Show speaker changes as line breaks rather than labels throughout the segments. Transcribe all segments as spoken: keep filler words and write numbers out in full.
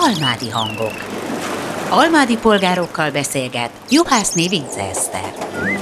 Almádi hangok. Almádi polgárokkal beszélget Juhászné Vince Eszter.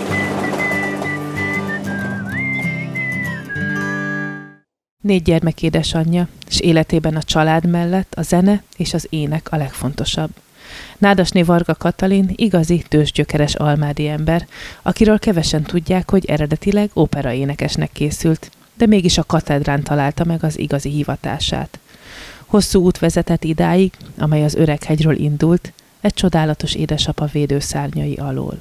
Négy gyermek édesanyja, és életében a család mellett a zene és az ének a legfontosabb. Nádasné Varga Katalin igazi tőzsgyökeres almádi ember, akiről kevesen tudják, hogy eredetileg operaénekesnek készült, de mégis a katedrán találta meg az igazi hivatását. Hosszú út vezetett idáig, amely az Öreghegyről indult, egy csodálatos édesapa védőszárnyai alól.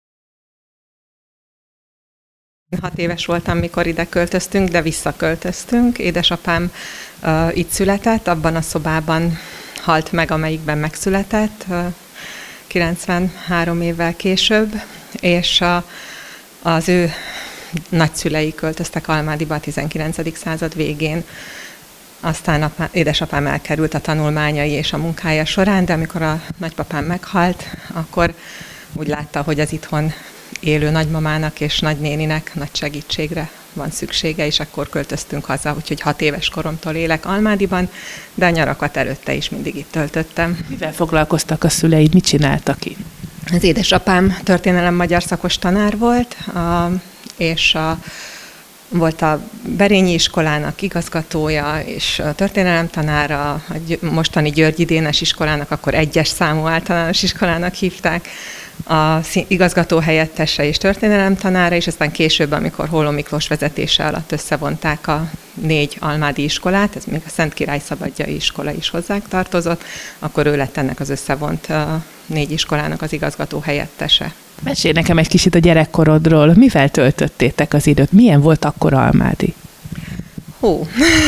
Hat éves voltam, mikor ide költöztünk, de visszaköltöztünk. Édesapám uh, itt született, abban a szobában halt meg, amelyikben megszületett, uh, kilencvenhárom évvel később, és uh, az ő nagyszülei költöztek Almádiba a tizenkilencedik század végén. Aztán apá, édesapám elkerült a tanulmányai és a munkája során, de amikor a nagypapám meghalt, akkor úgy látta, hogy az itthon élő nagymamának és nagynéninek nagy segítségre van szüksége, és akkor költöztünk haza, úgyhogy hat éves koromtól élek Almádiban, de a nyarakat előtte is mindig itt töltöttem.
Mivel foglalkoztak a szüleid, mit csináltak itt?
Az édesapám történelem magyar szakos tanár volt, a, és a volt a Berényi iskolának igazgatója és történelemtanára, a mostani Györgyi Dénes iskolának, akkor egyes számú általános iskolának hívták, a igazgató helyettese és történelemtanára, és aztán később, amikor Holló Miklós vezetése alatt összevonták a négy almádi iskolát, ez még a Szent Király Szabadjai iskola is hozzánk tartozott, akkor ő lett ennek az összevont négy iskolának az igazgató helyettese.
Mesélj nekem egy kicsit a gyerekkorodról. Mivel töltöttétek az időt? Milyen volt akkor Almádi?
Hú...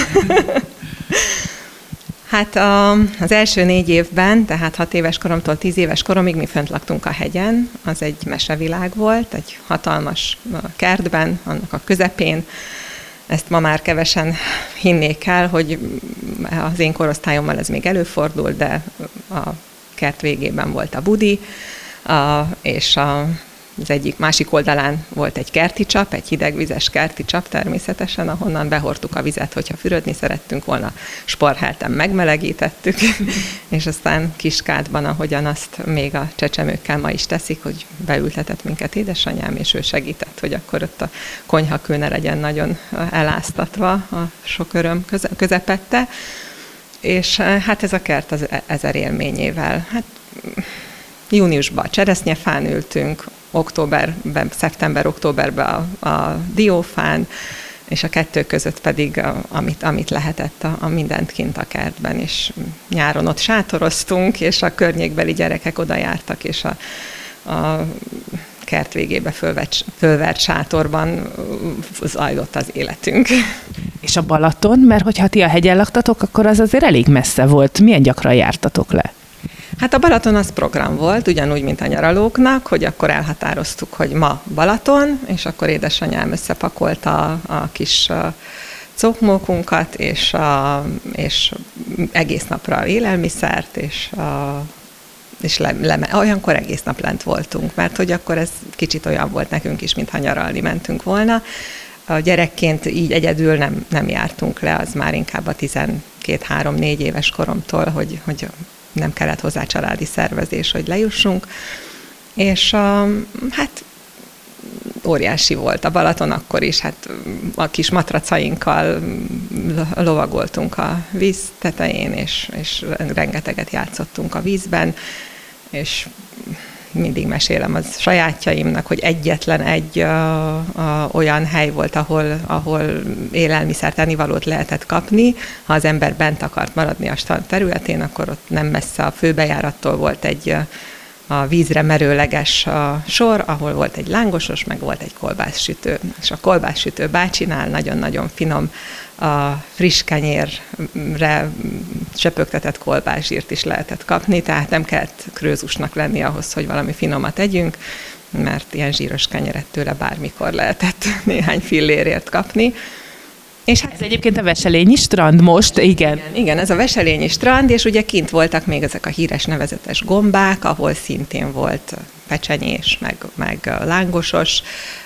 Hát a, az első négy évben, tehát hat éves koromtól tíz éves koromig mi fönt laktunk a hegyen, az egy mesevilág volt, egy hatalmas kertben, annak a közepén. Ezt ma már kevesen hinnék el, hogy az én korosztályommal ez még előfordul, de a kert végében volt a budi, a, és a az egyik másik oldalán volt egy kerti csap, egy hidegvizes kerti csap természetesen, ahonnan behordtuk a vizet, hogyha fürödni szerettünk volna, sporhelten megmelegítettük, és aztán Kiskádban, ahogyan azt még a csecsemőkkel ma is teszik, hogy beültetett minket édesanyám, és ő segített, hogy akkor ott a konyhakő ne legyen nagyon eláztatva a sok öröm közepette. És hát ez a kert az ezer élményével. Hát júniusban a cseresznyefán ültünk, októberben, szeptember-októberben a, a diófán, és a kettő között pedig a, amit, amit lehetett a, a mindent kint a kertben, és nyáron ott sátoroztunk, és a környékbeli gyerekek oda jártak, és a, a kert végébe fölvert, fölvert sátorban zajlott az életünk.
És a Balaton, mert hogyha ti a hegyen laktatok, akkor az azért elég messze volt. Milyen gyakran jártatok le?
Hát a Balaton az program volt, ugyanúgy, mint a nyaralóknak, hogy akkor elhatároztuk, hogy ma Balaton, és akkor édesanyám összepakolta a, a kis a cokmókunkat, és, a, és egész napra élelmiszert, és, a, és le, le, olyankor egész nap lent voltunk, mert hogy akkor ez kicsit olyan volt nekünk is, mintha nyaralni mentünk volna. A gyerekként így egyedül nem, nem jártunk le, az már inkább a tizenkét-három-négy éves koromtól, hogy, hogy nem kellett hozzá családi szervezés, hogy lejussunk, és a, hát óriási volt a Balaton akkor is, hát a kis matracainkkal lovagoltunk a víz tetején, és, és rengeteget játszottunk a vízben, és mindig mesélem az sajátjaimnak, hogy egyetlen egy a, a, olyan hely volt, ahol, ahol élelmiszert, ennivalót lehetett kapni. Ha az ember bent akart maradni a strand területén, akkor ott nem messze a főbejárattól volt egy a vízre merőleges a sor, ahol volt egy lángosos, meg volt egy kolbászsütő. És a kolbászsütő bácsinál nagyon-nagyon finom, a friss kenyérre csöpögtetett kolbászsírt is lehetett kapni, tehát nem kellett krőzusnak lenni ahhoz, hogy valami finomat együnk, mert ilyen zsíros kenyeret tőle bármikor lehetett néhány fillérért kapni.
És hát ez egyébként a Veselényi strand most, igen.
igen. Igen, ez a Veselényi strand, és ugye kint voltak még ezek a híres nevezetes gombák, ahol szintén volt pecsenyés, meg, meg lángosos,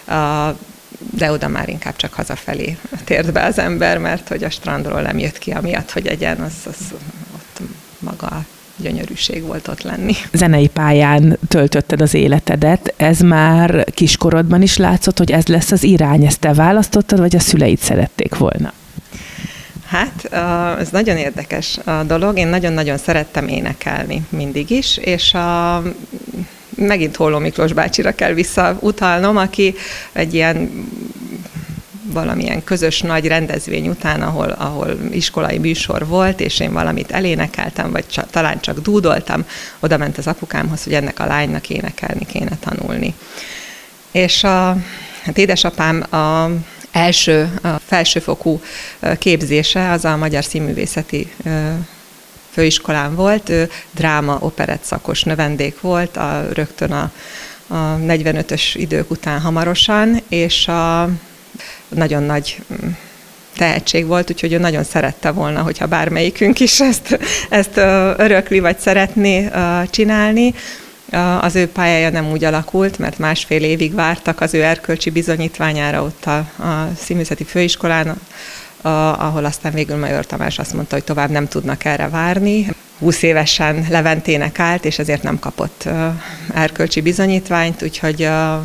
de oda már inkább csak hazafelé tért be az ember, mert hogy a strandról nem jött ki amiatt, hogy egyen, az, az ott maga gyönyörűség volt ott lenni.
Zenei pályán töltötted az életedet, ez már kiskorodban is látszott, hogy ez lesz az irány, ezt te választottad, vagy a szüleid szerették volna?
Hát, ez nagyon érdekes a dolog. Én nagyon-nagyon szerettem énekelni mindig is, és a, megint Holló Miklós bácsira kell visszautalnom, aki egy ilyen valamilyen közös nagy rendezvény után, ahol, ahol iskolai műsor volt, és én valamit elénekeltem, vagy csak, talán csak dúdoltam, oda ment az apukámhoz, hogy ennek a lánynak énekelni kéne tanulni. És a, hát édesapám a első a felsőfokú képzése az a Magyar Színművészeti Főiskolán volt, ő dráma, operett szakos növendék volt, a, rögtön a, a negyvenötös idők után hamarosan, és a nagyon nagy tehetség volt, úgyhogy ő nagyon szerette volna, hogyha bármelyikünk is ezt, ezt örökli, vagy szeretné csinálni. Az ő pályája nem úgy alakult, mert másfél évig vártak az ő erkölcsi bizonyítványára ott a, a Színművészeti Főiskolán, ahol aztán végül Major Tamás azt mondta, hogy tovább nem tudnak erre várni. húsz évesen Leventének állt, és ezért nem kapott erkölcsi bizonyítványt, úgyhogy a,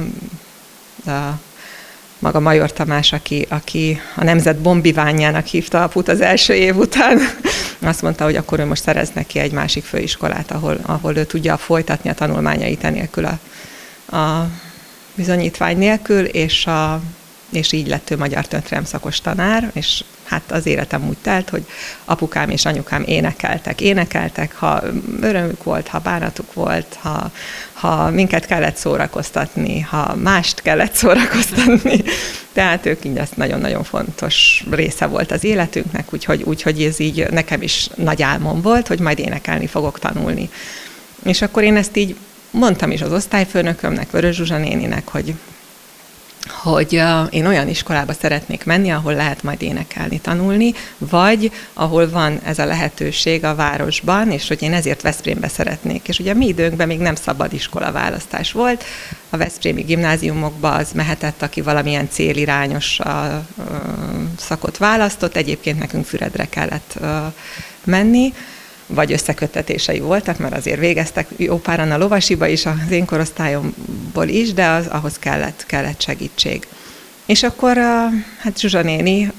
a maga Major Tamás, aki, aki a nemzet bombiványának hívta aput az első év után, azt mondta, hogy akkor ő most szerez neki egy másik főiskolát, ahol, ahol ő tudja folytatni a tanulmányait enélkül a, a bizonyítvány nélkül, és, a, és így lett ő magyar történelem szakos tanár, és hát az életem úgy telt, hogy apukám és anyukám énekeltek. Énekeltek, ha örömük volt, ha bánatuk volt, ha, ha minket kellett szórakoztatni, ha mást kellett szórakoztatni. Tehát ők így ezt nagyon-nagyon fontos része volt az életünknek, úgyhogy, úgyhogy ez így nekem is nagy álmom volt, hogy majd énekelni fogok tanulni. És akkor én ezt így mondtam is az osztályfőnökömnek, Vörös Zsuzsa néninek, hogy hogy uh, én olyan iskolába szeretnék menni, ahol lehet majd énekelni, tanulni, vagy ahol van ez a lehetőség a városban, és hogy én ezért Veszprémbe szeretnék. És ugye a mi időnkben még nem szabad iskola választás volt, a veszprémi gimnáziumokba az mehetett, aki valamilyen célirányos uh, uh, szakot választott, egyébként nekünk Füredre kellett uh, menni, vagy összeköttetései voltak, mert azért végeztek jó páran a lovasiba is, az én korosztályomból is, de az, ahhoz kellett, kellett segítség. És akkor hát Zsuzsa néni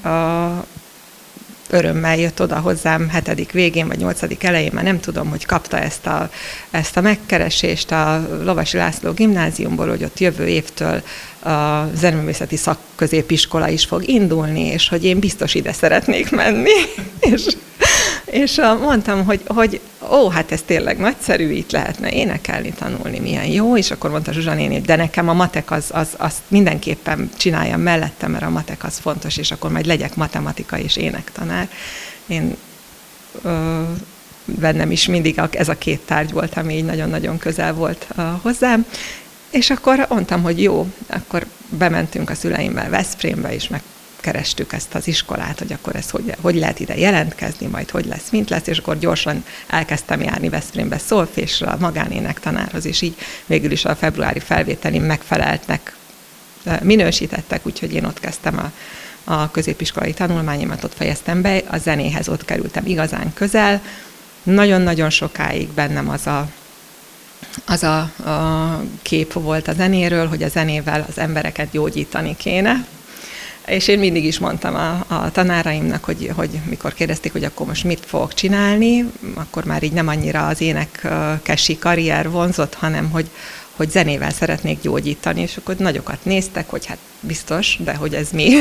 örömmel jött oda hozzám hetedik végén, vagy nyolcadik elején, már nem tudom, hogy kapta ezt a, ezt a megkeresést a Lovasi László gimnáziumból, hogy ott jövő évtől a zeneművészeti szakközépiskola is fog indulni, és hogy én biztos ide szeretnék menni. és És mondtam, hogy, hogy ó, hát ez tényleg nagyszerű, itt lehetne énekelni, tanulni, milyen jó, és akkor mondta Zsuzsa néni, de nekem a matek az, az, azt mindenképpen csináljam mellettem, mert a matek az fontos, és akkor majd legyek matematika és énektanár. Én ö, bennem is mindig ez a két tárgy volt, ami így nagyon-nagyon közel volt ö, hozzám, és akkor mondtam, hogy jó, akkor bementünk a szüleimmel Veszprémbe, és meg kerestük ezt az iskolát, hogy akkor ez hogy, hogy lehet ide jelentkezni, majd hogy lesz, mint lesz, és akkor gyorsan elkezdtem járni Veszprémbe szolfésra, a magánének tanárhoz, és így végül is a februári felvételin megfeleltnek, minősítettek, úgyhogy én ott kezdtem a, a középiskolai tanulmányomat, ott fejeztem be, a zenéhez ott kerültem igazán közel. Nagyon-nagyon sokáig bennem az a az a, a kép volt a zenéről, hogy a zenével az embereket gyógyítani kéne. És én mindig is mondtam a, a tanáraimnak, hogy, hogy mikor kérdezték, hogy akkor most mit fogok csinálni, akkor már így nem annyira az énekesi karrier vonzott, hanem hogy, hogy zenével szeretnék gyógyítani, és akkor nagyokat néztek, hogy hát biztos, de hogy ez mi.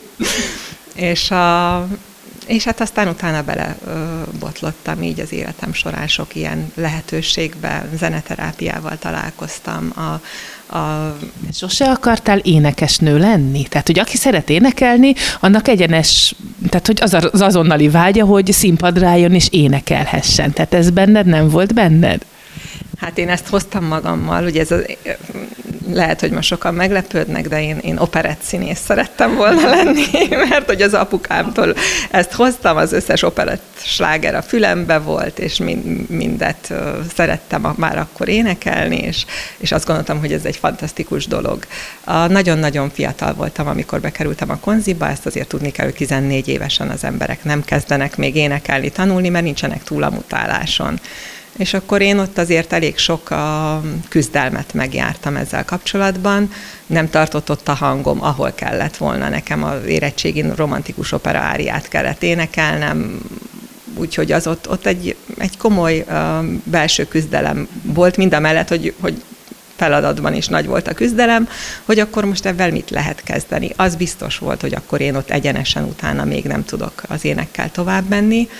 és, a, és hát aztán utána belebotlottam így az életem során, sok ilyen lehetőségben, zeneterápiával találkoztam, a A...
Sose akartál énekesnő lenni? Tehát, hogy aki szeret énekelni, annak egyenes, tehát, hogy az az azonnali vágya, hogy színpadra álljon és énekelhessen. Tehát ez benned nem volt benned?
Hát én ezt hoztam magammal, ugye ez az, lehet, hogy most sokan meglepődnek, de én, én operett színész szerettem volna lenni, mert hogy az apukámtól ezt hoztam, az összes operett sláger a fülembe volt, és mind, mindet szerettem már akkor énekelni, és, és azt gondoltam, hogy ez egy fantasztikus dolog. A, nagyon-nagyon fiatal voltam, amikor bekerültem a konziba, ezt azért tudni kell, hogy tizennégy évesen az emberek nem kezdenek még énekelni, tanulni, mert nincsenek túl a mutáláson. És akkor én ott azért elég sok a küzdelmet megjártam ezzel kapcsolatban. Nem tartott ott a hangom, ahol kellett volna. Nekem az érettségin romantikus opera áriát kellett énekelnem, úgyhogy az ott, ott egy, egy komoly uh, belső küzdelem volt, mindamellett, hogy, hogy feladatban is nagy volt a küzdelem, hogy akkor most ebben mit lehet kezdeni. Az biztos volt, hogy akkor én ott egyenesen utána még nem tudok az énekkel tovább menni,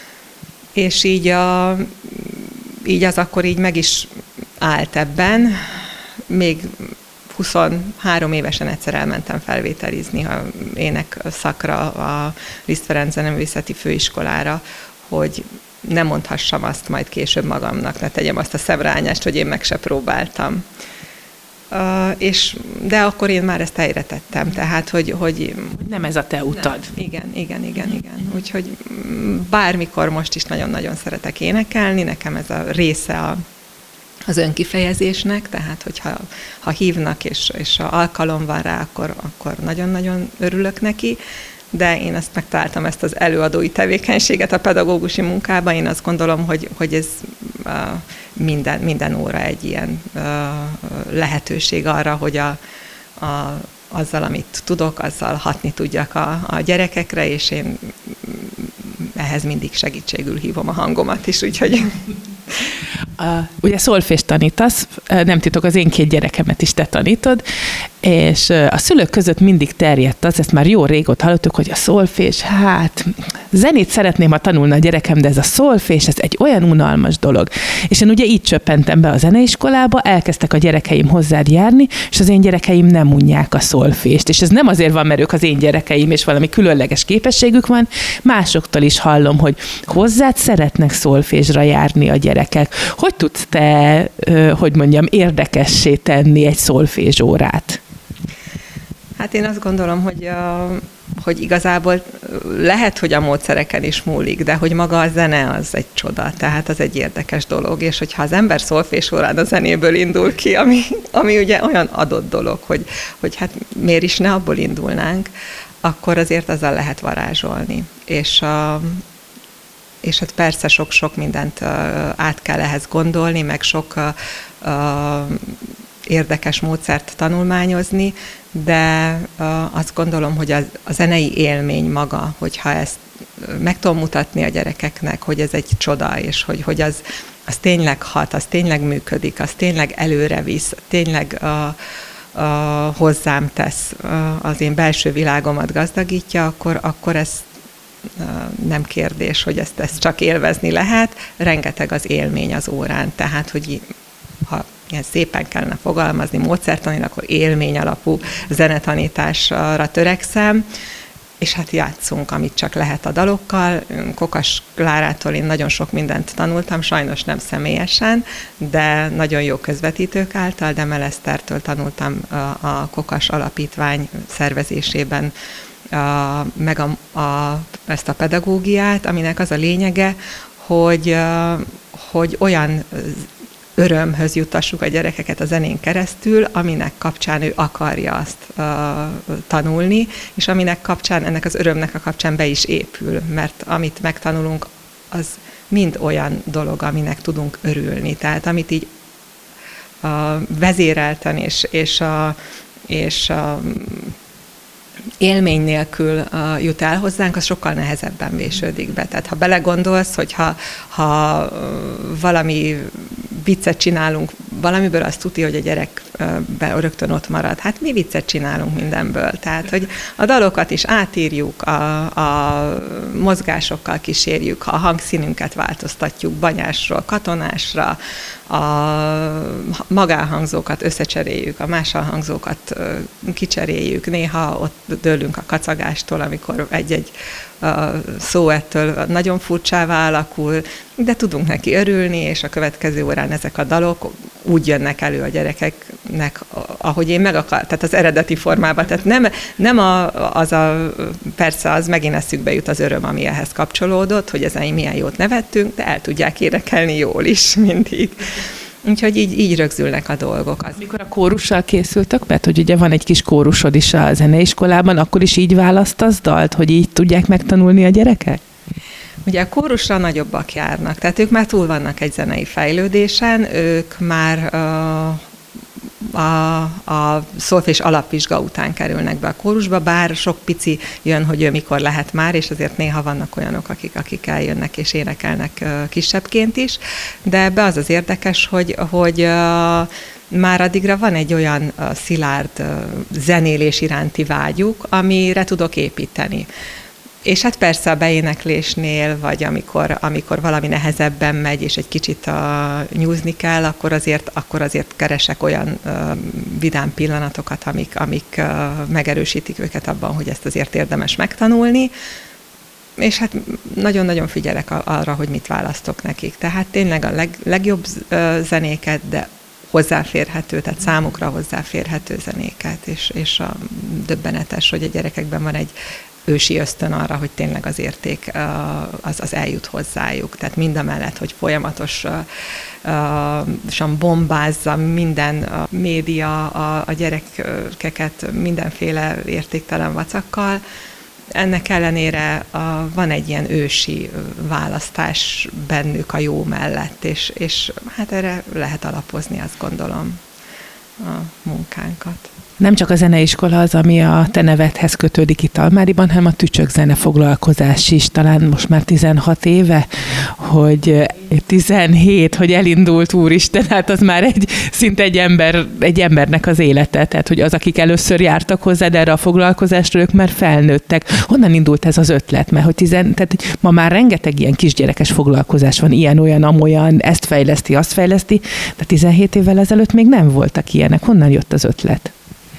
és így, a, így az akkor így meg is állt ebben. Még huszonhárom évesen egyszer elmentem felvételizni a ének szakra, a Liszt Ferenc Zeneművészeti Főiskolára, hogy ne mondhassam azt majd később magamnak, ne tegyem azt a szemrányást, hogy én meg se próbáltam. Uh, és, de akkor én már ezt helyre tettem, tehát, hogy... hogy
nem ez a te utad.
Nem, igen, igen, igen, igen. Úgyhogy bármikor most is nagyon-nagyon szeretek énekelni, nekem ez a része a, az önkifejezésnek, tehát, hogyha ha hívnak, és, és a alkalom van rá, akkor, akkor nagyon-nagyon örülök neki, de én ezt megtaláltam, ezt az előadói tevékenységet a pedagógusi munkában. Én azt gondolom, hogy, hogy ez uh, minden, minden óra egy ilyen uh, lehetőség arra, hogy a, a, azzal, amit tudok, azzal hatni tudjak a, a gyerekekre, és én ehhez mindig segítségül hívom a hangomat is, úgyhogy...
Uh, ugye szolfést tanítasz, nem titok, az én két gyerekemet is te tanítod, és a szülők között mindig terjedt az, ezt már jó régóta hallottuk, hogy a szolfés, hát zenét szeretném, ha tanulna a gyerekem, de ez a szolfés, ez egy olyan unalmas dolog. És én ugye így csöppentem be a zeneiskolába, elkezdtek a gyerekeim hozzád járni, és az én gyerekeim nem unják a szolfést. És ez nem azért van, mert ők az én gyerekeim, és valami különleges képességük van, másoktól is hallom, hogy hozzád szeretnek szolfésra járni a gyerekek. Hogy tudsz te, hogy mondjam, érdekessé tenni egy szolfés órát?
Hát én azt gondolom, hogy, a, hogy igazából lehet, hogy a módszereken is múlik, de hogy maga a zene az egy csoda, tehát az egy érdekes dolog, és hogyha az ember szolfés órán a zenéből indul ki, ami, ami ugye olyan adott dolog, hogy, hogy hát miért is ne abból indulnánk, akkor azért azzal lehet varázsolni. És a És hát persze sok-sok mindent uh, át kell ehhez gondolni, meg sok uh, uh, érdekes módszert tanulmányozni, de uh, azt gondolom, hogy a, a zenei élmény maga, hogyha ezt meg tudom mutatni a gyerekeknek, hogy ez egy csoda, és hogy, hogy az, az tényleg hat, az tényleg működik, az tényleg előre visz, tényleg uh, uh, hozzám tesz, uh, az én belső világomat gazdagítja, akkor, akkor ez nem kérdés, hogy ezt, ezt csak élvezni lehet. Rengeteg az élmény az órán, tehát, hogy ha ilyen szépen kellene fogalmazni módszertanilag, akkor élmény alapú zenetanításra törekszem, és hát játszunk, amit csak lehet a dalokkal. Kokas Klárától én nagyon sok mindent tanultam, sajnos nem személyesen, de nagyon jó közvetítők által, de Melesztertől tanultam a, a Kokas Alapítvány szervezésében A, meg a, a, ezt a pedagógiát, aminek az a lényege, hogy, hogy olyan örömhöz juttassuk a gyerekeket a zenén keresztül, aminek kapcsán ő akarja azt uh, tanulni, és aminek kapcsán, ennek az örömnek a kapcsán be is épül, mert amit megtanulunk, az mind olyan dolog, aminek tudunk örülni. Tehát amit így uh, vezérelten és, és a és a élmény nélkül uh, jut el hozzánk, az sokkal nehezebben vésődik be. Tehát ha belegondolsz, hogy ha, ha uh, valami viccet csinálunk valamiből, azt tudja, hogy a gyerekben rögtön ott marad. Hát mi viccet csinálunk mindenből. Tehát, hogy a dalokat is átírjuk, a, a mozgásokkal kísérjük, a hangszínünket változtatjuk banyásról katonásra, a magánhangzókat összecseréljük, a másalhangzókat kicseréljük, néha ott dőlünk a kacagástól, amikor egy-egy szó ettől nagyon furcsává alakul, de tudunk neki örülni, és a következő órán ezek a dalok úgy jönnek elő a gyerekeknek, ahogy én meg akar, tehát az eredeti formában. Tehát nem, nem a, az a, persze az megint eszükbe jut az öröm, ami ehhez kapcsolódott, hogy ezen milyen jót nevettünk, de el tudják énekelni jól is mindig. Úgyhogy így, így rögzülnek a dolgok.
Mikor a kórussal készültök, mert hogy ugye van egy kis kórusod is a zeneiskolában, akkor is így választasz dalt, hogy így tudják megtanulni a gyerekek?
Ugye a kórusra nagyobbak járnak, tehát ők már túl vannak egy zenei fejlődésen, ők már uh, a, a szolfés alapvizsga után kerülnek be a kórusba, bár sok pici jön, hogy ő mikor lehet már, és azért néha vannak olyanok, akik, akik eljönnek és énekelnek uh, kisebbként is, de ebbe az az érdekes, hogy, hogy uh, már addigra van egy olyan uh, szilárd uh, zenélés iránti vágyuk, amire tudok építeni. És hát persze a beéneklésnél, vagy amikor, amikor valami nehezebben megy, és egy kicsit uh, nyúzni kell, akkor azért, akkor azért keresek olyan uh, vidám pillanatokat, amik, amik uh, megerősítik őket abban, hogy ezt azért érdemes megtanulni. És hát nagyon-nagyon figyelek a, arra, hogy mit választok nekik. Tehát tényleg a leg, legjobb uh, zenéket, de hozzáférhető, tehát számukra hozzáférhető zenéket, és, és a döbbenetes, hogy a gyerekekben van egy ősi ösztön arra, hogy tényleg az érték az, az eljut hozzájuk. Tehát mindamellett, hogy folyamatosan bombázza minden a média a, a gyerekeket mindenféle értéktelen vacakkal, ennek ellenére a, van egy ilyen ősi választás bennük a jó mellett, és, és hát erre lehet alapozni, azt gondolom, a munkánkat.
Nem csak a zeneiskola az, ami a te nevedhez kötődik itt Almádiban, hanem a tücsökzene foglalkozás is. Talán most már tizenhat éve, hogy tizenhét, hogy elindult, úristen, hát az már egy, szinte egy, ember, egy embernek az élete. Tehát, hogy az, akik először jártak hozzá, de erre a foglalkozásra, ők már felnőttek. Honnan indult ez az ötlet? Mert hogy tizen, tehát ma már rengeteg ilyen kisgyerekes foglalkozás van, ilyen, olyan, amolyan, ezt fejleszti, azt fejleszti, de tizenhét évvel ezelőtt még nem voltak ilyenek. Honnan jött az ötlet?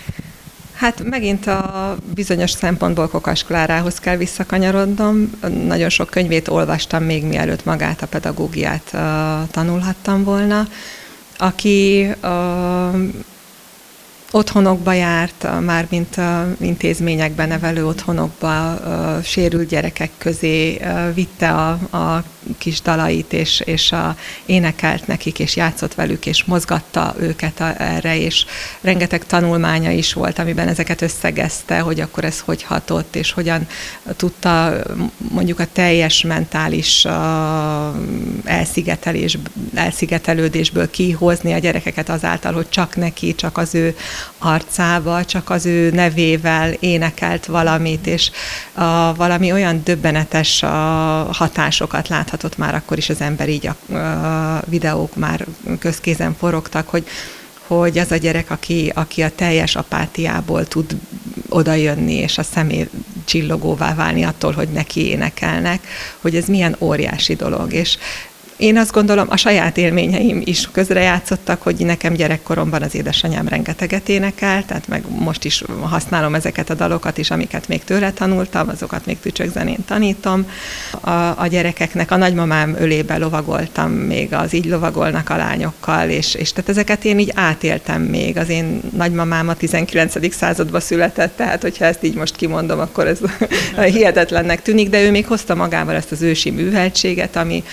Hát megint a bizonyos szempontból Kokas Klárához kell visszakanyarodnom. Nagyon sok könyvét olvastam még mielőtt magát a pedagógiát uh, tanulhattam volna, aki uh, otthonokba járt, már mint uh, intézményekben, nevelő otthonokba, uh, sérült gyerekek közé uh, vitte a, a kis dalait, és, és a, énekelt nekik, és játszott velük, és mozgatta őket a, erre, és rengeteg tanulmánya is volt, amiben ezeket összegezte, hogy akkor ez hogy hatott, és hogyan tudta mondjuk a teljes mentális uh, elszigetelés, elszigetelődésből kihozni a gyerekeket azáltal, hogy csak neki, csak az ő arcába, csak az ő nevével énekelt valamit, és uh, valami olyan döbbenetes uh, hatásokat láthatott már akkor is az ember, így a uh, videók már közkézen forogtak, hogy, hogy az a gyerek, aki, aki a teljes apátiából tud odajönni, és a szemé csillogóvá válni attól, hogy neki énekelnek, hogy ez milyen óriási dolog, és én azt gondolom, a saját élményeim is közrejátszottak, hogy nekem gyerekkoromban az édesanyám rengeteget énekelt, tehát meg most is használom ezeket a dalokat is, amiket még tőle tanultam, azokat még tücsökzenén tanítom. A, a gyerekeknek a nagymamám ölébe lovagoltam még az Így lovagolnak a lányokkal, és, és tehát ezeket én így átéltem még. Az én nagymamám a tizenkilencedik században született, tehát hogyha ezt így most kimondom, akkor ez hihetetlennek tűnik, de ő még hozta magával ezt az ősi műveltséget, ami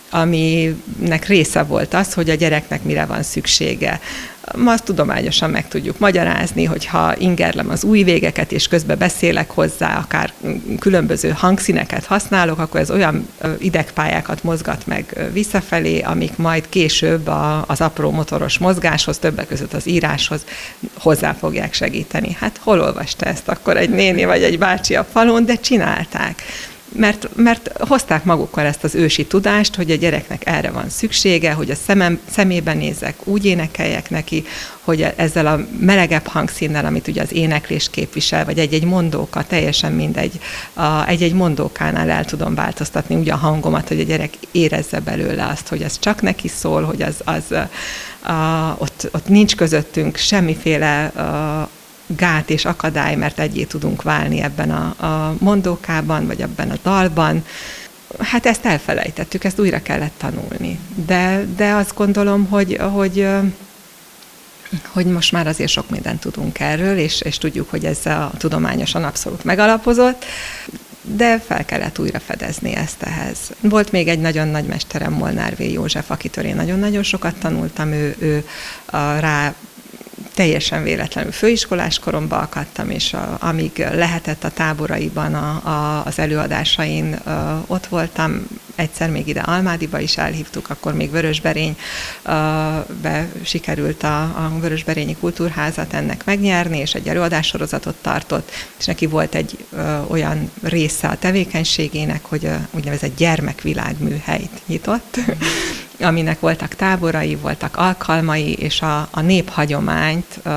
aminek része volt az, hogy a gyereknek mire van szüksége. Ma azt tudományosan meg tudjuk magyarázni, hogyha ingerlem az új végeket, és közben beszélek hozzá, akár különböző hangszíneket használok, akkor ez olyan idegpályákat mozgat meg visszafelé, amik majd később a, az apró motoros mozgáshoz, többek között az íráshoz hozzá fogják segíteni. Hát hol olvasta ezt akkor egy néni vagy egy bácsi a falon, de csinálták. Mert, mert hozták magukkal ezt az ősi tudást, hogy a gyereknek erre van szüksége, hogy a szemem, szemébe nézek, úgy énekeljek neki, hogy ezzel a melegebb hangszínnel, amit ugye az éneklés képvisel, vagy egy-egy mondóka, teljesen mindegy, a, egy-egy mondókánál el tudom változtatni úgy a hangomat, hogy a gyerek érezze belőle azt, hogy ez csak neki szól, hogy az, az a, ott, ott nincs közöttünk semmiféle a, gát és akadály, mert egyé tudunk válni ebben a, a mondókában, vagy ebben a dalban. Hát ezt elfelejtettük, ezt újra kellett tanulni. De, de azt gondolom, hogy, hogy, hogy most már azért sok mindent tudunk erről, és, és tudjuk, hogy ez a tudományosan abszolút megalapozott, de fel kellett újra fedezni ezt ehhez. Volt még egy nagyon nagy mesterem, Molnár V. József, akitől én nagyon-nagyon sokat tanultam, ő, ő a, rá teljesen véletlenül főiskolás koromba akadtam, és a, amíg lehetett a táboraiban, a, a, az előadásain a, ott voltam, egyszer még ide Almádiba is elhívtuk, akkor még Vörösberénybe sikerült a, a Vörösberényi Kultúrházat ennek megnyerni, és egy előadássorozatot tartott, és neki volt egy ö, olyan része a tevékenységének, hogy a úgynevezett gyermekvilágműhelyt nyitott, aminek voltak táborai, voltak alkalmai, és a, a néphagyományt ö,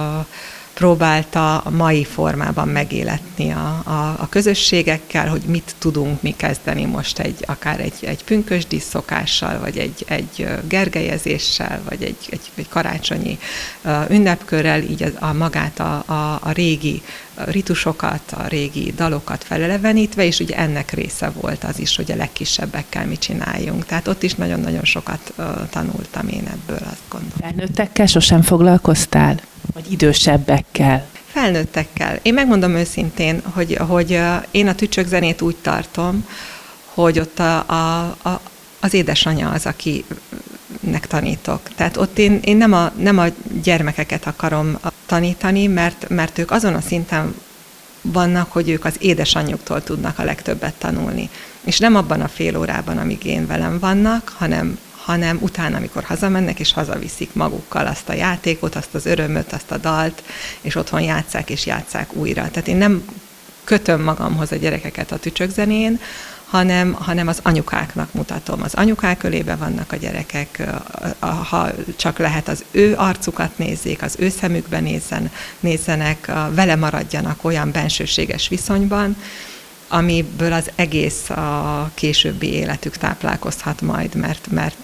próbálta a mai formában megéletni a, a, a közösségekkel, hogy mit tudunk mi kezdeni most egy, akár egy, egy pünkösdi szokással, vagy egy, egy gergelyezéssel, vagy egy, egy, egy karácsonyi ünnepkörrel, így a, a magát a, a, a régi ritusokat, a régi dalokat felelevenítve, és ugye ennek része volt az is, hogy a legkisebbekkel mit csináljunk. Tehát ott is nagyon-nagyon sokat uh, tanultam én ebből, azt gondolom.
Felnőttekkel sosem foglalkoztál? Vagy idősebbekkel?
Felnőttekkel. Én megmondom őszintén, hogy, hogy uh, én a tücsökzenét úgy tartom, hogy ott a, a, a, az édesanyja az, akinek tanítok. Tehát ott én, én nem, a, nem a gyermekeket akarom tanítani, mert, mert ők azon a szinten vannak, hogy ők az édesanyjuktól tudnak a legtöbbet tanulni. És nem abban a fél órában, amíg én velem vannak, hanem, hanem utána, amikor hazamennek, és hazaviszik magukkal azt a játékot, azt az örömöt, azt a dalt, és otthon játsszák, és játsszák újra. Tehát én nem kötöm magamhoz a gyerekeket a tücsökzenén, hanem, hanem az anyukáknak mutatom. Az anyukák ölébe vannak a gyerekek, ha csak lehet az ő arcukat nézzék, az ő szemükbe nézzen, nézzenek, vele maradjanak olyan bensőséges viszonyban, amiből az egész a későbbi életük táplálkozhat majd, mert, mert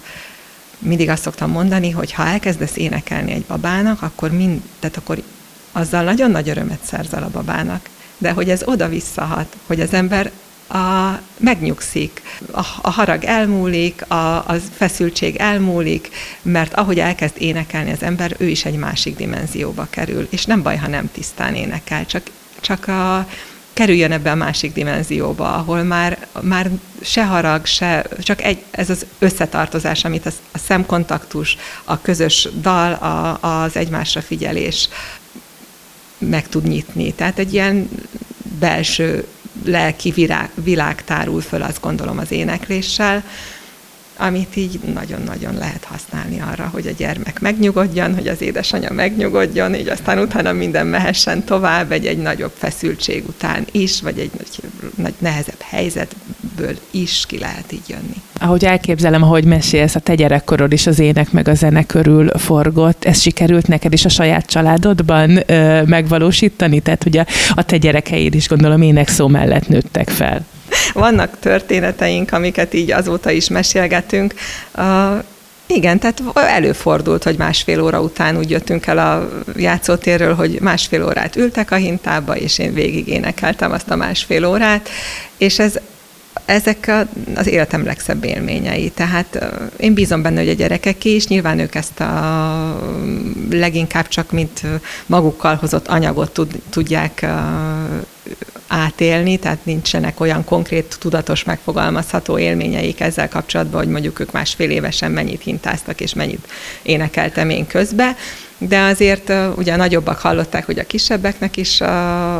mindig azt szoktam mondani, hogy ha elkezdesz énekelni egy babának, akkor, mind, tehát akkor azzal nagyon nagy örömet szerzel a babának, de hogy ez oda visszahat, hogy az ember A, megnyugszik, a, a harag elmúlik, a, a feszültség elmúlik, mert ahogy elkezd énekelni az ember, ő is egy másik dimenzióba kerül, és nem baj, ha nem tisztán énekel, csak, csak a, kerüljön ebbe a másik dimenzióba, ahol már, már se harag, se, csak egy, ez az összetartozás, amit a, a szemkontaktus, a közös dal, a, az egymásra figyelés meg tud nyitni. Tehát egy ilyen belső lelki világ, világ tárul föl, azt gondolom, az énekléssel, amit így nagyon-nagyon lehet használni arra, hogy a gyermek megnyugodjon, hogy az édesanyja megnyugodjon, így aztán utána minden mehessen tovább egy, egy nagyobb feszültség után is, vagy egy nagy, nagy nehezebb helyzetből is ki lehet így jönni.
Ahogy elképzelem, ahogy mesélsz, a te gyerekkorod is az ének meg a zene körül forgott. Ez sikerült neked is a saját családodban ö, megvalósítani? Tehát, hogy a, a te gyerekeid is, gondolom, énekszó mellett nőttek fel.
Vannak történeteink, amiket így azóta is mesélgetünk. Uh, igen, tehát előfordult, hogy másfél óra után úgy jöttünk el a játszótérről, hogy másfél órát ültek a hintába, és én végig énekeltem azt a másfél órát, és ez ezek az életem legszebb élményei. Tehát én bízom benne, hogy a gyerekeké is, nyilván ők ezt a leginkább csak mint magukkal hozott anyagot tud, tudják átélni, tehát nincsenek olyan konkrét, tudatos, megfogalmazható élményeik ezzel kapcsolatban, hogy mondjuk ők másfél évesen mennyit hintáztak, és mennyit énekeltem én közbe, de azért uh, ugye a nagyobbak hallották, hogy a kisebbeknek is uh,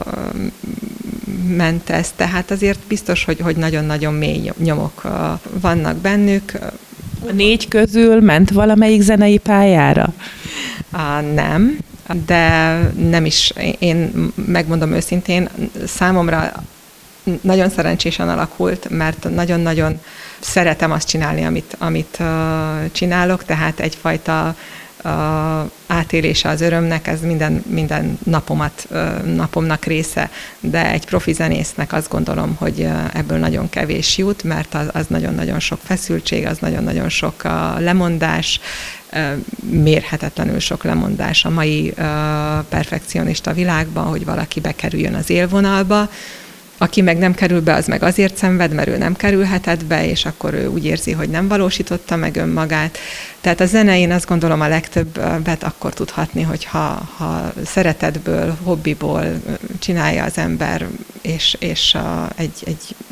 ment ez, tehát azért biztos, hogy, hogy nagyon-nagyon mély nyomok uh, vannak bennük.
A négy közül ment valamelyik zenei pályára?
Uh, nem, de nem is, én megmondom őszintén, számomra nagyon szerencsésen alakult, mert nagyon-nagyon szeretem azt csinálni, amit, amit uh, csinálok, tehát egyfajta uh, átélése az örömnek, ez minden, minden napomat, uh, napomnak része, de egy profi zenésznek azt gondolom, hogy uh, ebből nagyon kevés jut, mert az, az nagyon-nagyon sok feszültség, az nagyon-nagyon sok uh, lemondás, mérhetetlenül sok lemondás a mai uh, perfekcionista világban, hogy valaki bekerüljön az élvonalba. Aki meg nem kerül be, az meg azért szenved, mert ő nem kerülhetett be, és akkor ő úgy érzi, hogy nem valósította meg önmagát. Tehát a zene, én azt gondolom, a legtöbbet akkor tudhatni, hogyha ha szeretetből, hobbiból csinálja az ember, és, és a, egy, egy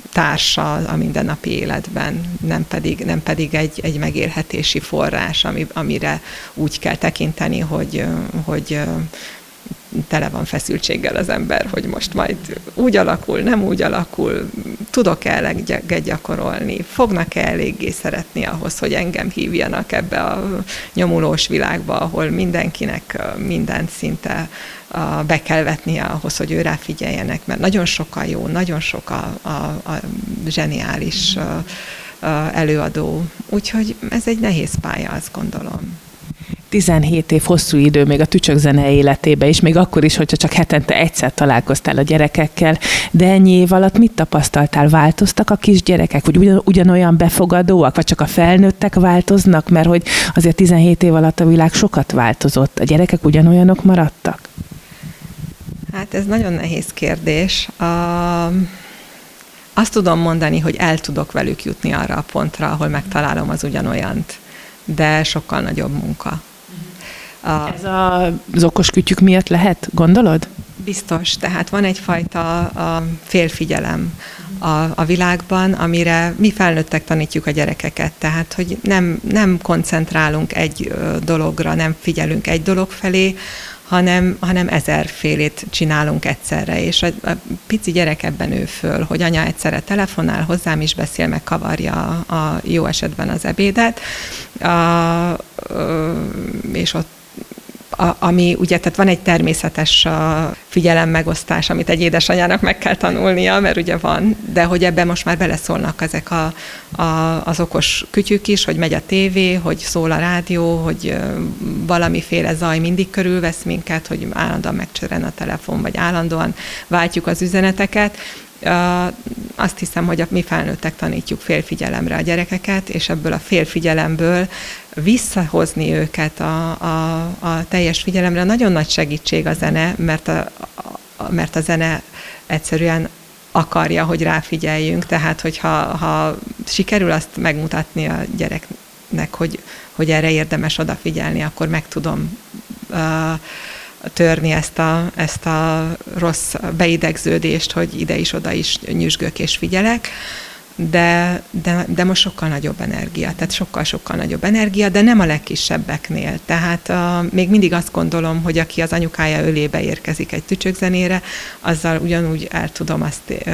társa a mindennapi életben, nem pedig, nem pedig egy, egy megélhetési forrás, ami, amire úgy kell tekinteni, hogy, hogy tele van feszültséggel az ember, hogy most majd úgy alakul, nem úgy alakul, tudok-e eleget gyakorolni, fognak-e eléggé szeretni ahhoz, hogy engem hívjanak ebbe a nyomulós világba, ahol mindenkinek mindent szinte be kell vetnie ahhoz, hogy ő ráfigyeljenek, mert nagyon sok a jó, nagyon sok a, a, a zseniális előadó, úgyhogy ez egy nehéz pálya, azt gondolom.
tizenhét év hosszú idő még a tücsökzene életébe is, még akkor is, hogyha csak hetente egyszer találkoztál a gyerekekkel, de ennyi év alatt mit tapasztaltál? Változtak a kisgyerekek, hogy ugyan, ugyanolyan befogadóak, vagy csak a felnőttek változnak? Mert hogy azért tizenhét év alatt a világ sokat változott. A gyerekek ugyanolyanok maradtak?
Hát ez nagyon nehéz kérdés. A... Azt tudom mondani, hogy el tudok velük jutni arra a pontra, ahol megtalálom az ugyanolyant, de sokkal nagyobb munka.
A... Ez a, az okos kütyük miatt lehet, gondolod?
Biztos, tehát van egyfajta a félfigyelem a, a világban, amire mi felnőttek tanítjuk a gyerekeket, tehát hogy nem, nem koncentrálunk egy dologra, nem figyelünk egy dolog felé, hanem, hanem ezerfélét csinálunk egyszerre, és a, a pici gyerek ebben nő föl, hogy anya egyszerre telefonál, hozzám is beszél, meg kavarja a, a jó esetben az ebédet, a, és ott A, ami ugye, tehát van egy természetes figyelemmegosztás, amit egy édesanyának meg kell tanulnia, mert ugye van, de hogy ebben most már beleszólnak ezek a, a, az okos kütyük is, hogy megy a tévé, hogy szól a rádió, hogy valamiféle zaj mindig körülvesz minket, hogy állandóan megcsörren a telefon, vagy állandóan váltjuk az üzeneteket. Azt hiszem, hogy a mi felnőttek tanítjuk félfigyelemre a gyerekeket, és ebből a félfigyelemből visszahozni őket a, a, a teljes figyelemre. Nagyon nagy segítség a zene, mert a, a, mert a zene egyszerűen akarja, hogy ráfigyeljünk, tehát hogyha ha sikerül azt megmutatni a gyereknek, hogy, hogy erre érdemes odafigyelni, akkor meg tudom uh, törni ezt a, ezt a rossz beidegződést, hogy ide is, oda is nyüzsgök és figyelek, de, de, de most sokkal nagyobb energia, tehát sokkal-sokkal nagyobb energia, de nem a legkisebbeknél. Tehát uh, még mindig azt gondolom, hogy aki az anyukája ölébe érkezik egy tücsökzenére, azzal ugyanúgy el tudom azt uh,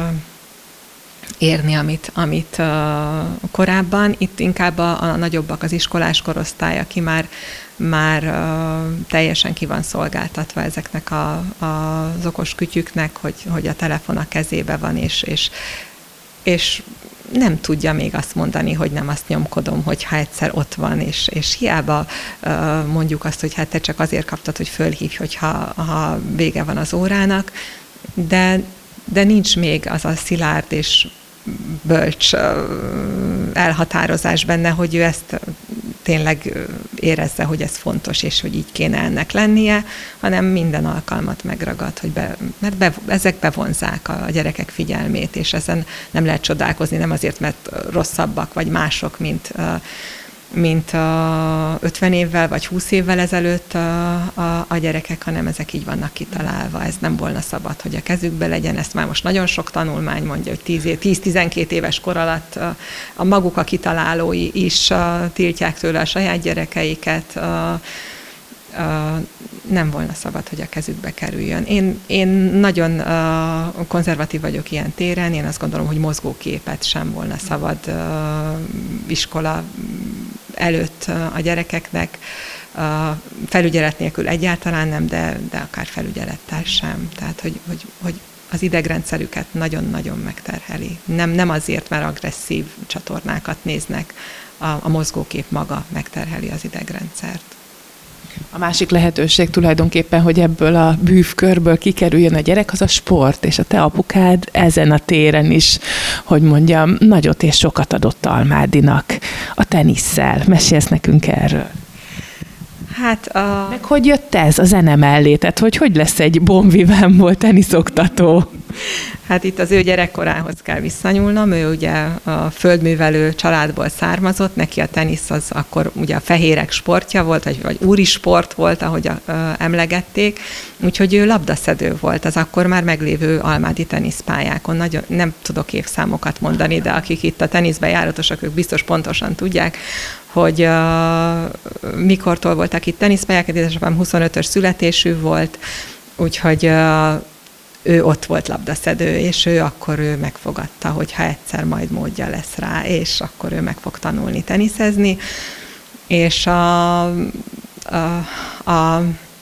érni, amit, amit uh, korábban. Itt inkább a, a nagyobbak, az iskolás korosztály, aki már már uh, teljesen ki van szolgáltatva ezeknek a, a, az okos kütyüknek, hogy, hogy a telefon a kezébe van, és, és, és nem tudja még azt mondani, hogy nem azt nyomkodom, hogyha egyszer ott van, és, és hiába uh, mondjuk azt, hogy hát te csak azért kaptad, hogy fölhívj, hogyha ha vége van az órának, de, de nincs még az a szilárd és bölcs uh, elhatározás benne, hogy ő ezt tényleg érezze, hogy ez fontos, és hogy így kéne ennek lennie, hanem minden alkalmat megragad, hogy be, mert be, ezek bevonzák a gyerekek figyelmét, és ezen nem lehet csodálkozni, nem azért, mert rosszabbak, vagy mások, mint, mint ötven évvel, vagy húsz évvel ezelőtt a, a, a gyerekek, hanem ezek így vannak kitalálva. Ez nem volna szabad, hogy a kezükbe legyen. Ezt már most nagyon sok tanulmány mondja, hogy tíz-tizenkét éves kor alatt a, a maguk a kitalálói is a, tiltják tőle a saját gyerekeiket. A, a, nem volna szabad, hogy a kezükbe kerüljön. Én, én nagyon a, konzervatív vagyok ilyen téren, én azt gondolom, hogy mozgóképet sem volna szabad a, iskola előtt a gyerekeknek, a felügyelet nélkül egyáltalán nem, de, de akár felügyelettel sem. Tehát, hogy, hogy, hogy az idegrendszerüket nagyon-nagyon megterheli. Nem, nem azért, mert agresszív csatornákat néznek, a, a mozgókép maga megterheli az idegrendszert.
A másik lehetőség tulajdonképpen, hogy ebből a bűvkörből kikerüljön a gyerek, az a sport, és a te apukád ezen a téren is, hogy mondjam, nagyot és sokat adott Almádinak a tenisszel. Mesélsz nekünk erről.
Hát a...
Meg hogy jött ez a zene mellé? Tehát hogy, hogy lesz egy Bon Vivant-ból teniszoktató?
Hát itt az ő gyerekkorához kell visszanyúlnom. Ő ugye a földművelő családból származott, neki a tenisz az akkor ugye a fehérek sportja volt, vagy, vagy úri sport volt, ahogy a, a, emlegették, úgyhogy ő labdaszedő volt az akkor már meglévő almádi teniszpályákon. Nagyon, nem tudok évszámokat mondani, de akik itt a teniszbe járatosak, ők biztos pontosan tudják, hogy uh, mikortól voltak itt teniszpályák, édesapám huszonötös születésű volt, úgyhogy uh, ő ott volt labdaszedő, és ő akkor ő megfogadta, hogy ha egyszer majd módja lesz rá, és akkor ő meg fog tanulni teniszezni, és a, a, a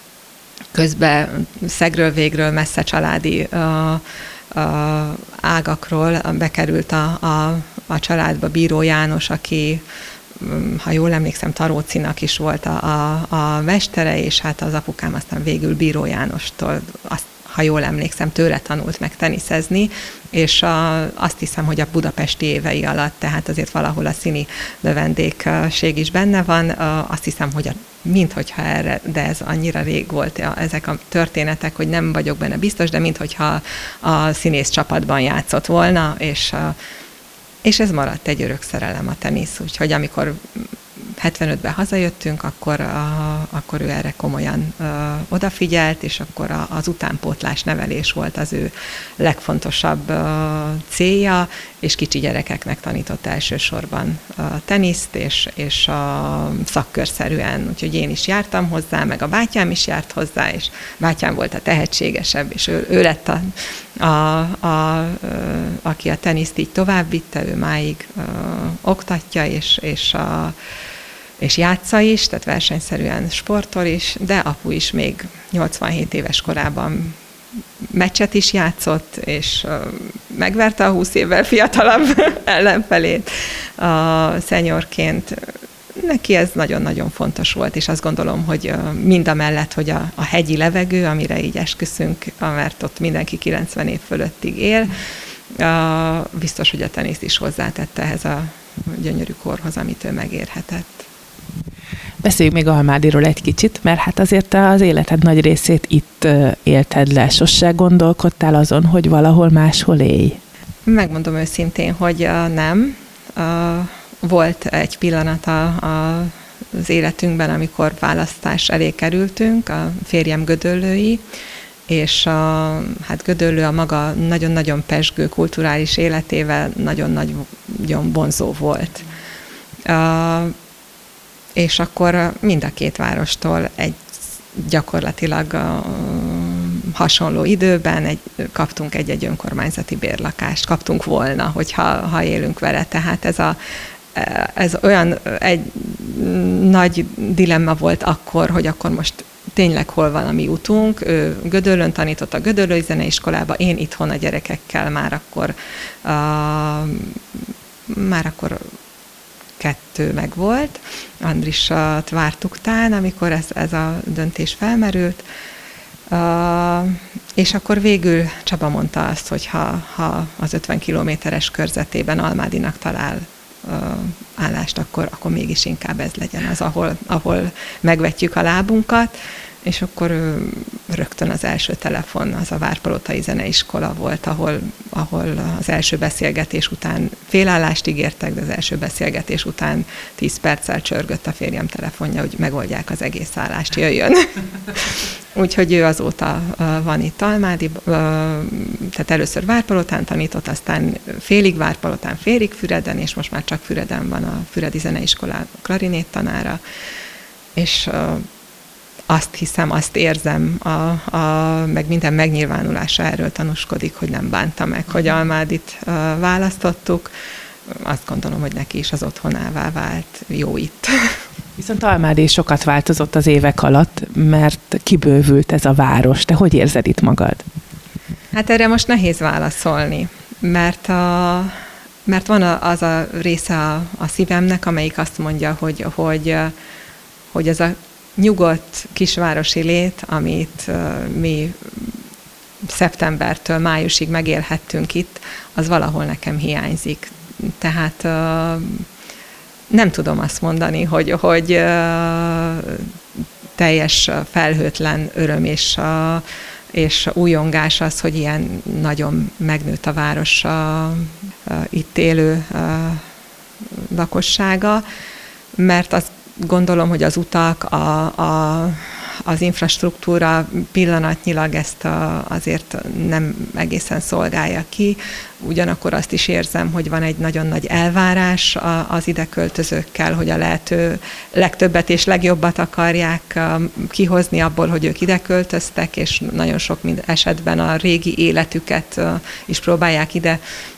közben szegről végről messze családi a, a ágakról bekerült a, a, a családba Bíró János, aki, ha jól emlékszem, Tarócinak is volt a, a, a mestere, és hát az apukám aztán végül Bíró Jánostól, azt, ha jól emlékszem, tőle tanult meg teniszezni, és a, azt hiszem, hogy a budapesti évei alatt, tehát azért valahol a színi növendékség is benne van, azt hiszem, hogy a, minthogyha erre, de ez annyira rég volt ezek a történetek, hogy nem vagyok benne biztos, de minthogyha a színész csapatban játszott volna, és a, és ez maradt egy örök szerelem a tenisz, úgyhogy amikor hetvenötben hazajöttünk, akkor, a, akkor ő erre komolyan ö, odafigyelt, és akkor a, az utánpótlás nevelés volt az ő legfontosabb ö, célja, és kicsi gyerekeknek tanított elsősorban a teniszt, és, és a szakkörszerűen, úgyhogy én is jártam hozzá, meg a bátyám is járt hozzá, és bátyám volt a tehetségesebb, és ő, ő lett a, a, a, a, aki a teniszt így tovább vitte, ő máig ö, oktatja, és, és a és játsza is, tehát versenyszerűen sportol is, de apu is még nyolcvanhét éves korában meccset is játszott, és megverte a húsz évvel fiatalabb ellenfelét a szenyorként. Neki ez nagyon-nagyon fontos volt, és azt gondolom, hogy mind a mellett, hogy a, a hegyi levegő, amire így esküszünk, mert ott mindenki kilencven év fölöttig él, biztos, hogy a tenisz is hozzátette ehhez a gyönyörű korhoz, amit ő megérhetett.
Beszéljünk még Almádiról egy kicsit, mert hát azért te az életed nagy részét itt élted le. Sose gondolkodtál azon, hogy valahol máshol élj?
Megmondom őszintén, hogy nem. Volt egy pillanat a, a, az életünkben, amikor választás elé kerültünk, a férjem gödöllői, és a, hát Gödöllő a maga nagyon-nagyon pezsgő kulturális életével nagyon-nagyon vonzó volt. Uh, és akkor mind a két várostól egy gyakorlatilag uh, hasonló időben egy, kaptunk egy-egy önkormányzati bérlakást, kaptunk volna, hogyha ha élünk vele. Tehát ez, a, ez olyan egy nagy dilemma volt akkor, hogy akkor most tényleg hol van a mi utunk. Ő Gödöllőn tanított a Gödöllői Zeneiskolába, én itthon a gyerekekkel már akkor uh, már akkor kettő meg volt. Andrissat vártuk tán, amikor ez, ez a döntés felmerült. Uh, és akkor végül Csaba mondta azt, hogy ha, ha az ötven kilométeres körzetében Almádinak talál uh, állást, akkor, akkor mégis inkább ez legyen az, ahol, ahol megvetjük a lábunkat. És akkor ő, rögtön az első telefon, az a Várpalotai Zeneiskola volt, ahol, ahol az első beszélgetés után félállást ígértek, de az első beszélgetés után tíz perccel csörgött a férjem telefonja, hogy megoldják az egész állást, jöjjön. Úgyhogy ő azóta van itt Almádi, tehát először Várpalotán tanított, aztán félig Várpalotán, félig Füreden, és most már csak Füreden van a Füredi Zeneiskola klarinét tanára, és azt hiszem, azt érzem, a, a, meg minden megnyilvánulása erről tanúskodik, hogy nem bánta meg, hogy Almádit uh, választottuk. Azt gondolom, hogy neki is az otthonává vált, jó itt.
Viszont Almádi sokat változott az évek alatt, mert kibővült ez a város. Te hogy érzed itt magad?
Hát erre most nehéz válaszolni, mert, a, mert van az a része a, a szívemnek, amelyik azt mondja, hogy, hogy, hogy ez a nyugodt kisvárosi lét, amit uh, mi szeptembertől májusig megélhettünk itt, az valahol nekem hiányzik. Tehát uh, nem tudom azt mondani, hogy, hogy uh, teljes felhőtlen öröm és, uh, és újongás az, hogy ilyen nagyon megnőtt a város a, a itt élő a lakossága, mert azt gondolom, hogy az utak, a, a, az infrastruktúra pillanatnyilag ezt a, azért nem egészen szolgálja ki. Ugyanakkor azt is érzem, hogy van egy nagyon nagy elvárás az ide költözőkkel, hogy a lehető legtöbbet és legjobbat akarják kihozni abból, hogy ők ide költöztek, és nagyon sok esetben a régi életüket is próbálják ide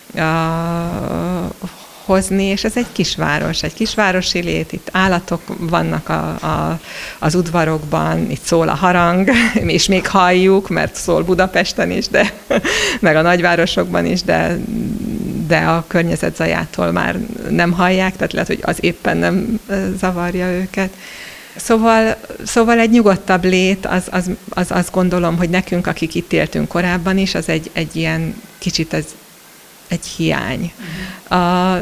hozni, és ez egy kisváros, egy kisvárosi lét, itt állatok vannak a, a, az udvarokban, itt szól a harang, és még halljuk, mert szól Budapesten is, de meg a nagyvárosokban is, de, de a környezet zajától már nem hallják, tehát lehet, hogy az éppen nem zavarja őket. Szóval, szóval egy nyugodtabb lét, az, az, az, azt gondolom, hogy nekünk, akik itt éltünk korábban is, az egy, egy ilyen kicsit ez egy hiány. Uh,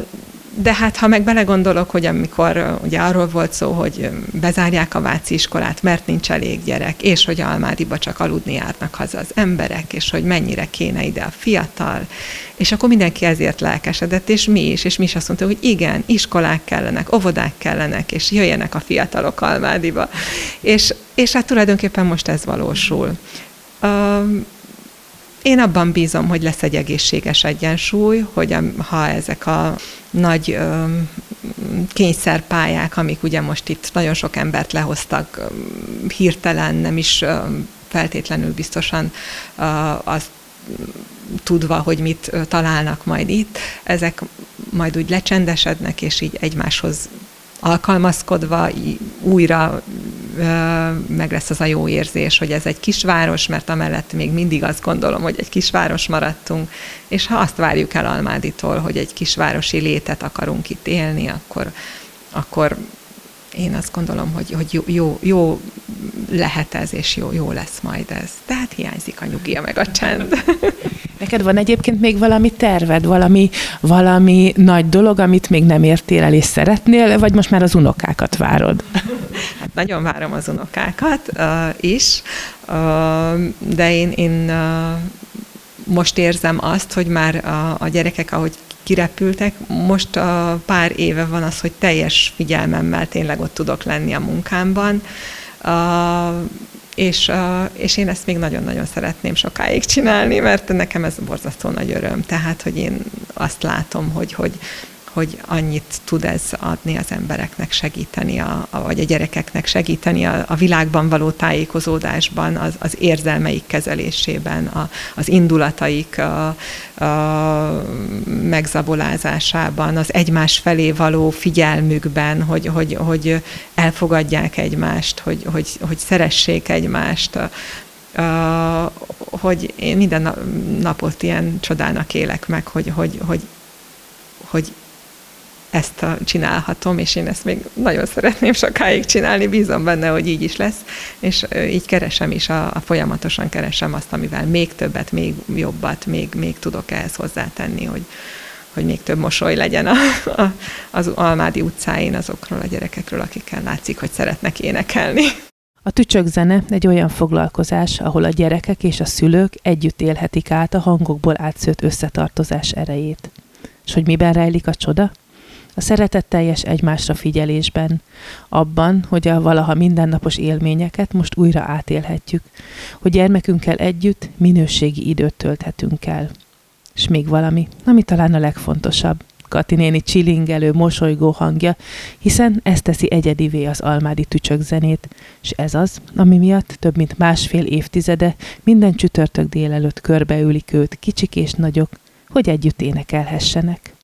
de hát, ha meg belegondolok, hogy amikor ugye arról volt szó, hogy bezárják a Váci iskolát, mert nincs elég gyerek, és hogy Almádiba csak aludni járnak haza az emberek, és hogy mennyire kéne ide a fiatal, és akkor mindenki ezért lelkesedett, és mi is, és mi is azt mondtuk, hogy igen, iskolák kellenek, óvodák kellenek, és jöjjenek a fiatalok Almádiba. És, és hát tulajdonképpen most ez valósul. Uh, Én abban bízom, hogy lesz egy egészséges egyensúly, hogy ha ezek a nagy ö, kényszerpályák, amik ugye most itt nagyon sok embert lehoztak ö, hirtelen, nem is ö, feltétlenül biztosan ö, azt tudva, hogy mit ö, találnak majd itt, ezek majd úgy lecsendesednek, és így egymáshoz alkalmazkodva újra meg lesz az a jó érzés, hogy ez egy kisváros, mert amellett még mindig azt gondolom, hogy egy kisváros maradtunk, és ha azt várjuk el Almáditól, hogy egy kisvárosi létet akarunk itt élni, akkor, akkor én azt gondolom, hogy, hogy jó, jó, jó lehet ez, és jó, jó lesz majd ez. Tehát hiányzik a nyugia meg a csend.
Neked van egyébként még valami terved, valami, valami nagy dolog, amit még nem értél el és szeretnél, vagy most már az unokákat várod?
Hát nagyon várom az unokákat uh, is, uh, de én, én uh, most érzem azt, hogy már a, a gyerekek, ahogy kirepültek, most a pár éve van az, hogy teljes figyelmemmel tényleg ott tudok lenni a munkámban, uh, és, uh, és én ezt még nagyon-nagyon szeretném sokáig csinálni, mert nekem ez borzasztó nagy öröm. Tehát, hogy én azt látom, hogy, hogy, hogy annyit tud ez adni az embereknek, segíteni, a, a, vagy a gyerekeknek segíteni a, a világban való tájékozódásban, az, az érzelmeik kezelésében, a, az indulataik a, a megzabolázásában, az egymás felé való figyelmükben, hogy, hogy, hogy elfogadják egymást, hogy, hogy, hogy szeressék egymást, a, hogy én minden napot ilyen csodának élek meg, hogy, hogy, hogy, hogy ezt a, csinálhatom, és én ezt még nagyon szeretném sokáig csinálni, bízom benne, hogy így is lesz, és így keresem is, a, a folyamatosan keresem azt, amivel még többet, még jobbat, még, még tudok ehhez hozzátenni, hogy, hogy még több mosoly legyen a, a, az Almádi utcáin azokról a gyerekekről, akikkel látszik, hogy szeretnek énekelni.
A tücsökzene egy olyan foglalkozás, ahol a gyerekek és a szülők együtt élhetik át a hangokból átszőtt összetartozás erejét. És hogy miben rejlik a csoda? A szeretetteljes egymásra figyelésben, abban, hogy a valaha mindennapos élményeket most újra átélhetjük, hogy gyermekünkkel együtt minőségi időt tölthetünk el. És még valami, ami talán a legfontosabb, Kati néni csilingelő, mosolygó hangja, hiszen ez teszi egyedivé az almádi tücsökzenét, és ez az, ami miatt több mint másfél évtizede minden csütörtök délelőtt körbeülik őt kicsik és nagyok, hogy együtt énekelhessenek.